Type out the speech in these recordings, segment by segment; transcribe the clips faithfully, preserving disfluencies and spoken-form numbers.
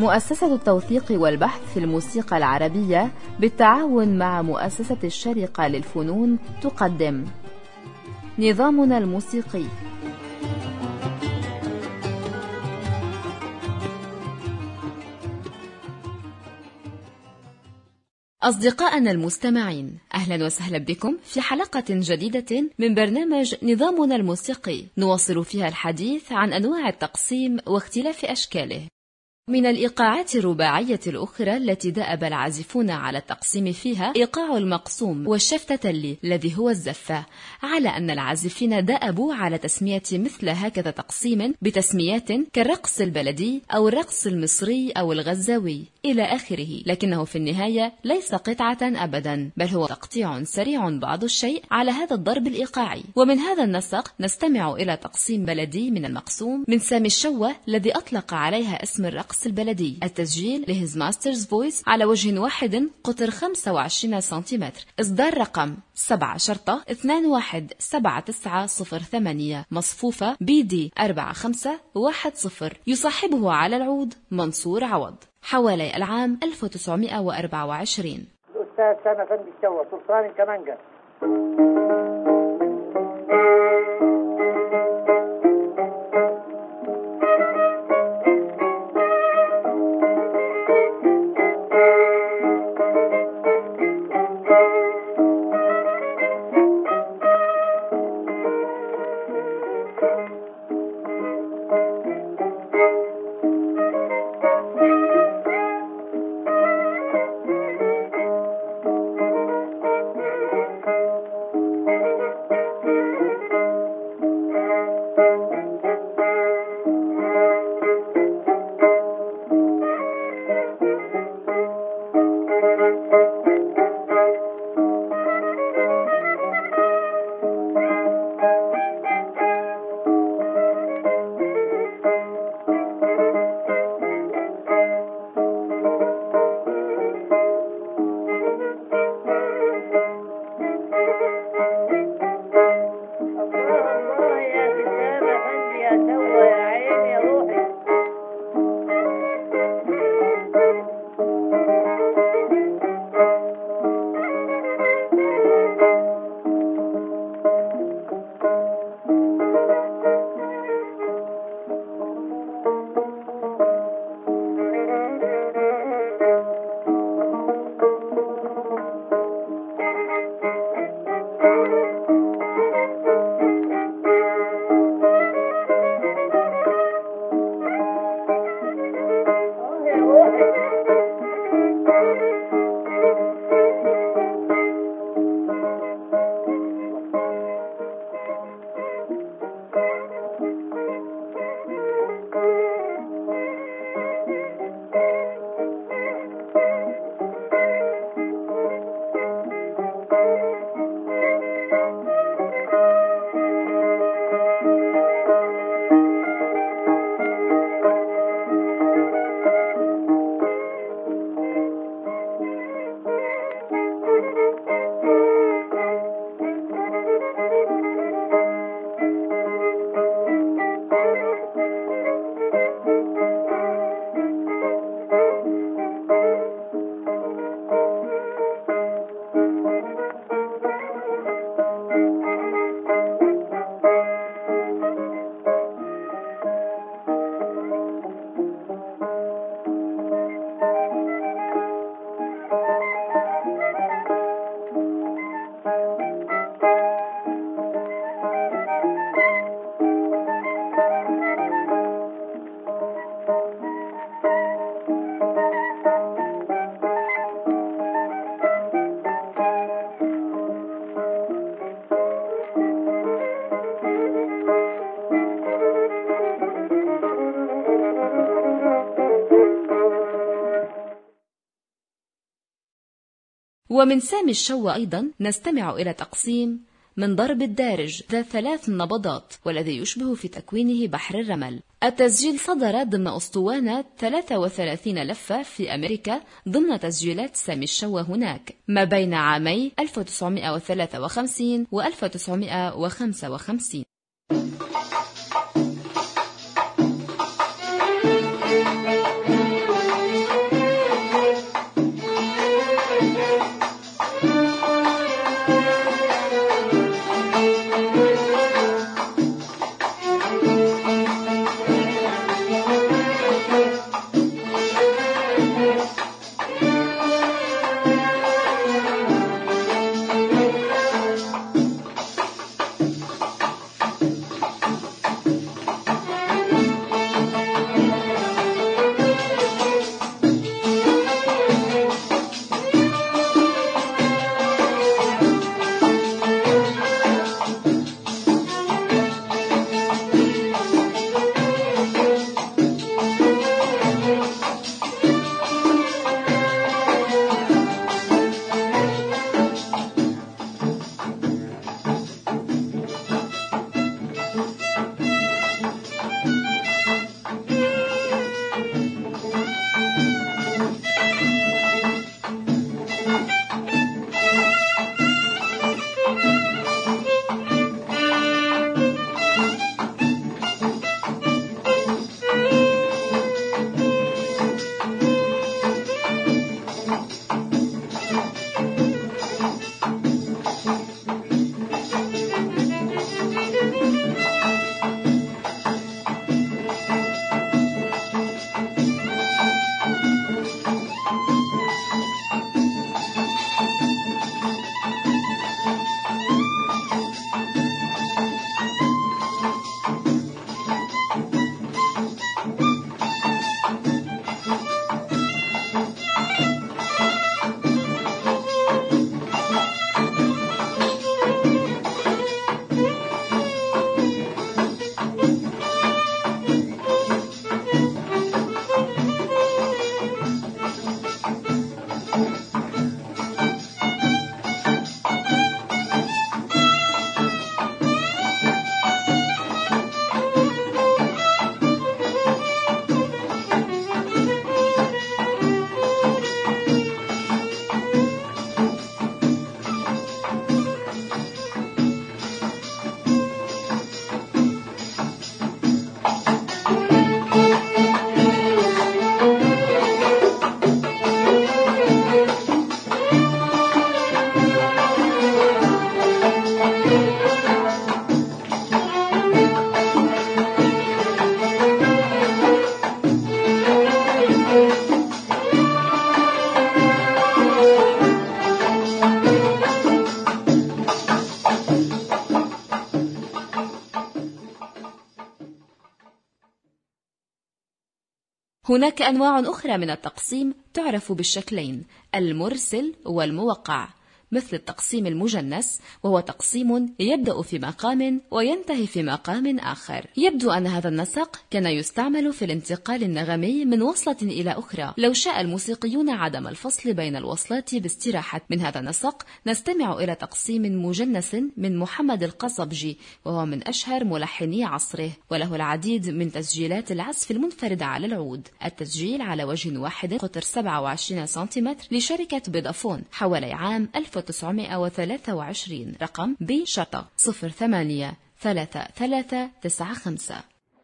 مؤسسة التوثيق والبحث في الموسيقى العربية بالتعاون مع مؤسسة الشارقة للفنون تقدم نظامنا الموسيقي. أصدقائنا المستمعين، أهلا وسهلا بكم في حلقة جديدة من برنامج نظامنا الموسيقي، نواصل فيها الحديث عن أنواع التقسيم واختلاف أشكاله. من الإيقاعات الرباعية الأخرى التي دأب العازفون على التقسيم فيها إيقاع المقسوم والشفتتلي الذي هو الزفة، على أن العازفين دأبوا على تسمية مثل هكذا تقسيم بتسميات كالرقص البلدي أو الرقص المصري أو الغزاوي إلى آخره، لكنه في النهاية ليس قطعة أبدا، بل هو تقطيع سريع بعض الشيء على هذا الضرب الإيقاعي. ومن هذا النسق نستمع إلى تقسيم بلدي من المقسوم من سامي الشوة الذي أطلق عليها اسم الرقص البلدي. التسجيل لهز ماسترز فويس على وجه واحد قطر خمسة وعشرين سنتيمتر، إصدار رقم سبعة شرطة اثنان واحد سبعة تسعة صفر ثمانية، مصفوفة بي دي أربعة خمسة واحد صفر، يصاحبه على العود منصور عوض، حوالي العام ألف وتسعمائة وأربعة وعشرين. الأستاذ سامي فندي الشوة سلطان الكمانجة. ومن سامي الشوة أيضا نستمع إلى تقسيم من ضرب الدارج ذا ثلاث نبضات، والذي يشبه في تكوينه بحر الرمل. التسجيل صدر ضمن أسطوانة ثلاثة وثلاثين لفة في أمريكا ضمن تسجيلات سامي الشوة هناك ما بين عامي ألف وتسعمائة وثلاثة وخمسين و ألف وتسعمائة وخمسة وخمسين. هناك أنواع أخرى من التقسيم تعرف بالشكلين المرسل والموقع، مثل التقسيم المجنس، وهو تقسيم يبدأ في مقام وينتهي في مقام آخر. يبدو أن هذا النسق كان يستعمل في الانتقال النغمي من وصلة إلى أخرى. لو شاء الموسيقيون عدم الفصل بين الوصلات باستراحة من هذا النسق، نستمع إلى تقسيم مجنس من محمد القصبجي، وهو من أشهر ملحني عصره، وله العديد من تسجيلات العزف المنفرد على العود. التسجيل على وجه واحد قطر سبعة وعشرين سنتيمتر لشركة فودافون حوالي عام ألف وتسعمائة وثلاثة وعشرين، رقم بي شطة صفر ثمانية ثلاثة ثلاثة تسعة خمسة.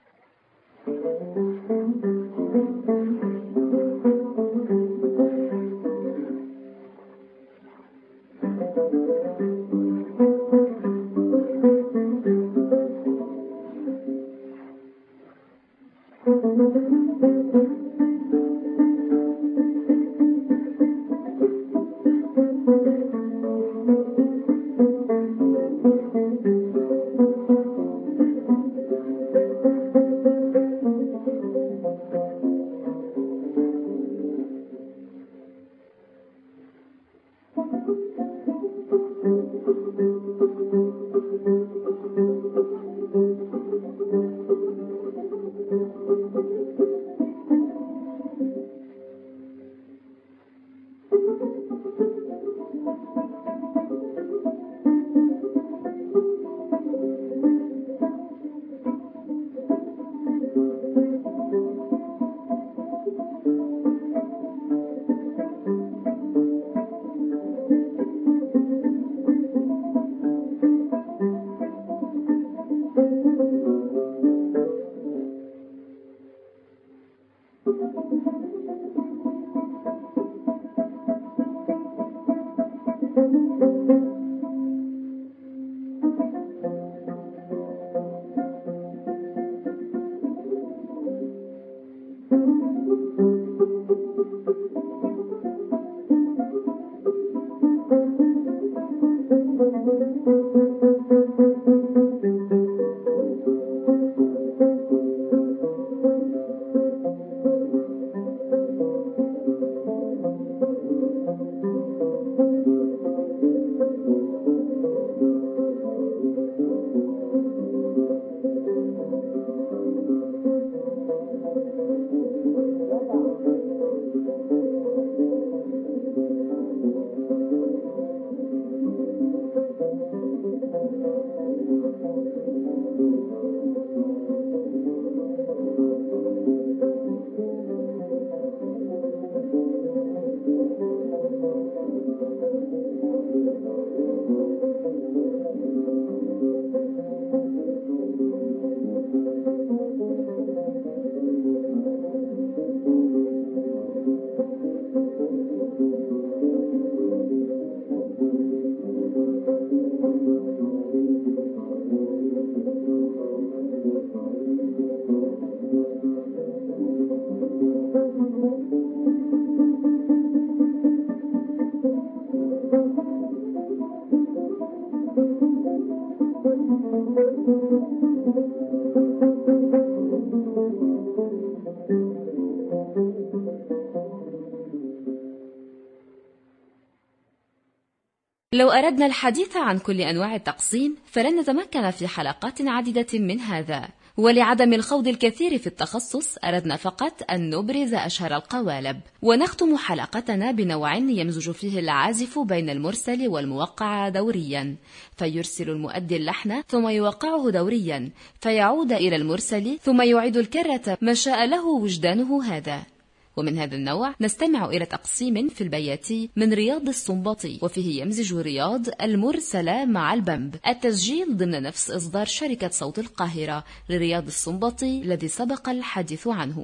لو أردنا الحديث عن كل أنواع التقسيم فلن نتمكن في حلقات عديدة من هذا، ولعدم الخوض الكثير في التخصص أردنا فقط أن نبرز أشهر القوالب. ونختم حلقتنا بنوع يمزج فيه العازف بين المرسل والموقع دوريا، فيرسل المؤدي اللحن ثم يوقعه دوريا، فيعود إلى المرسل ثم يعيد الكرة ما شاء له وجدانه هذا. ومن هذا النوع نستمع إلى تقسيم في البياتي من رياض السنباطي، وفيه يمزج رياض المرسلة مع البمب. التسجيل ضمن نفس إصدار شركة صوت القاهرة لرياض السنباطي الذي سبق الحديث عنه.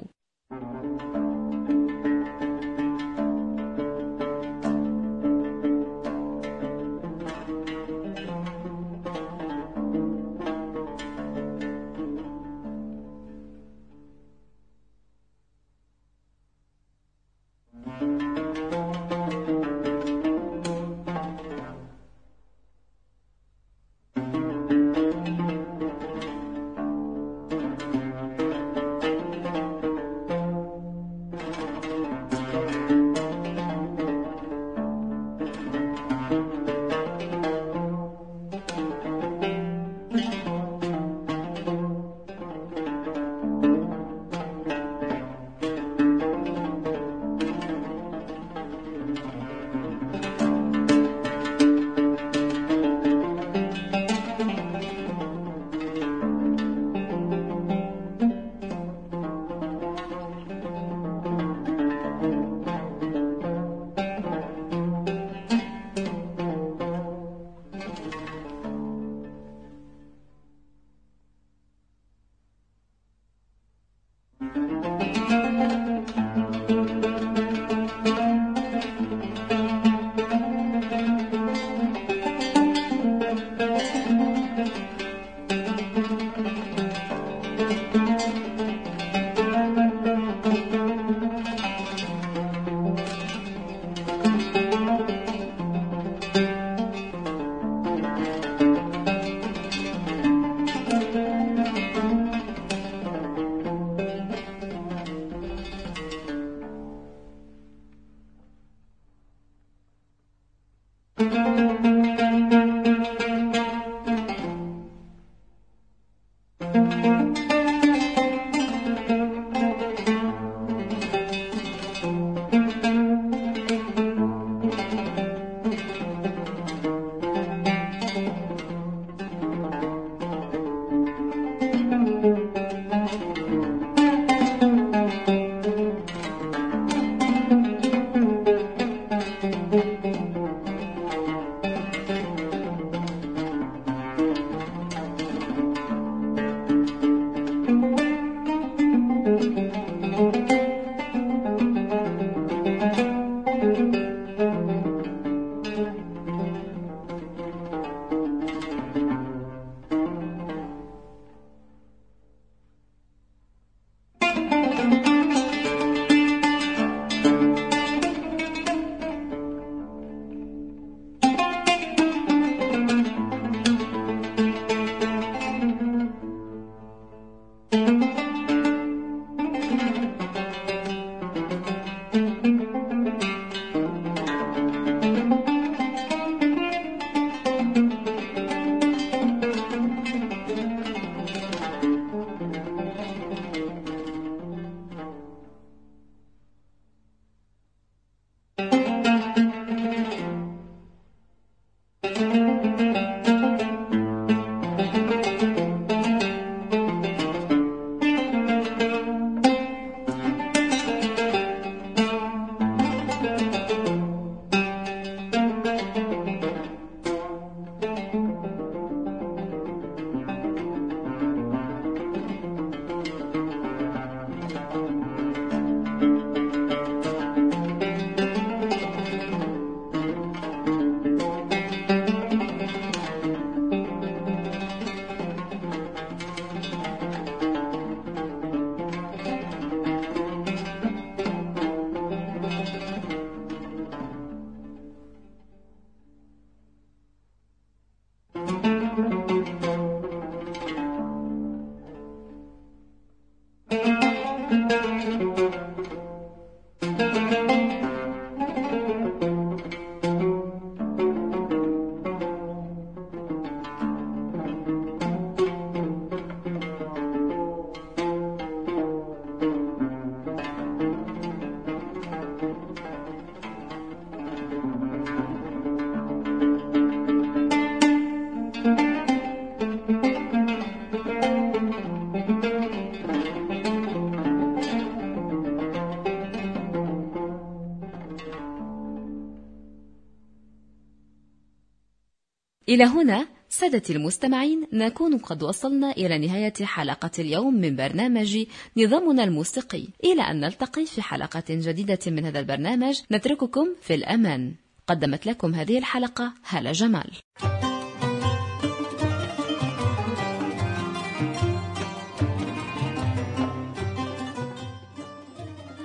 إلى هنا سادتي المستمعين نكون قد وصلنا إلى نهاية حلقة اليوم من برنامج نظامنا الموسيقي. إلى أن نلتقي في حلقة جديدة من هذا البرنامج نترككم في الأمان. قدمت لكم هذه الحلقة هالة جمال.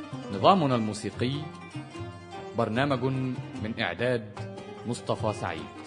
نظامنا الموسيقي برنامج من إعداد مصطفى سعيد.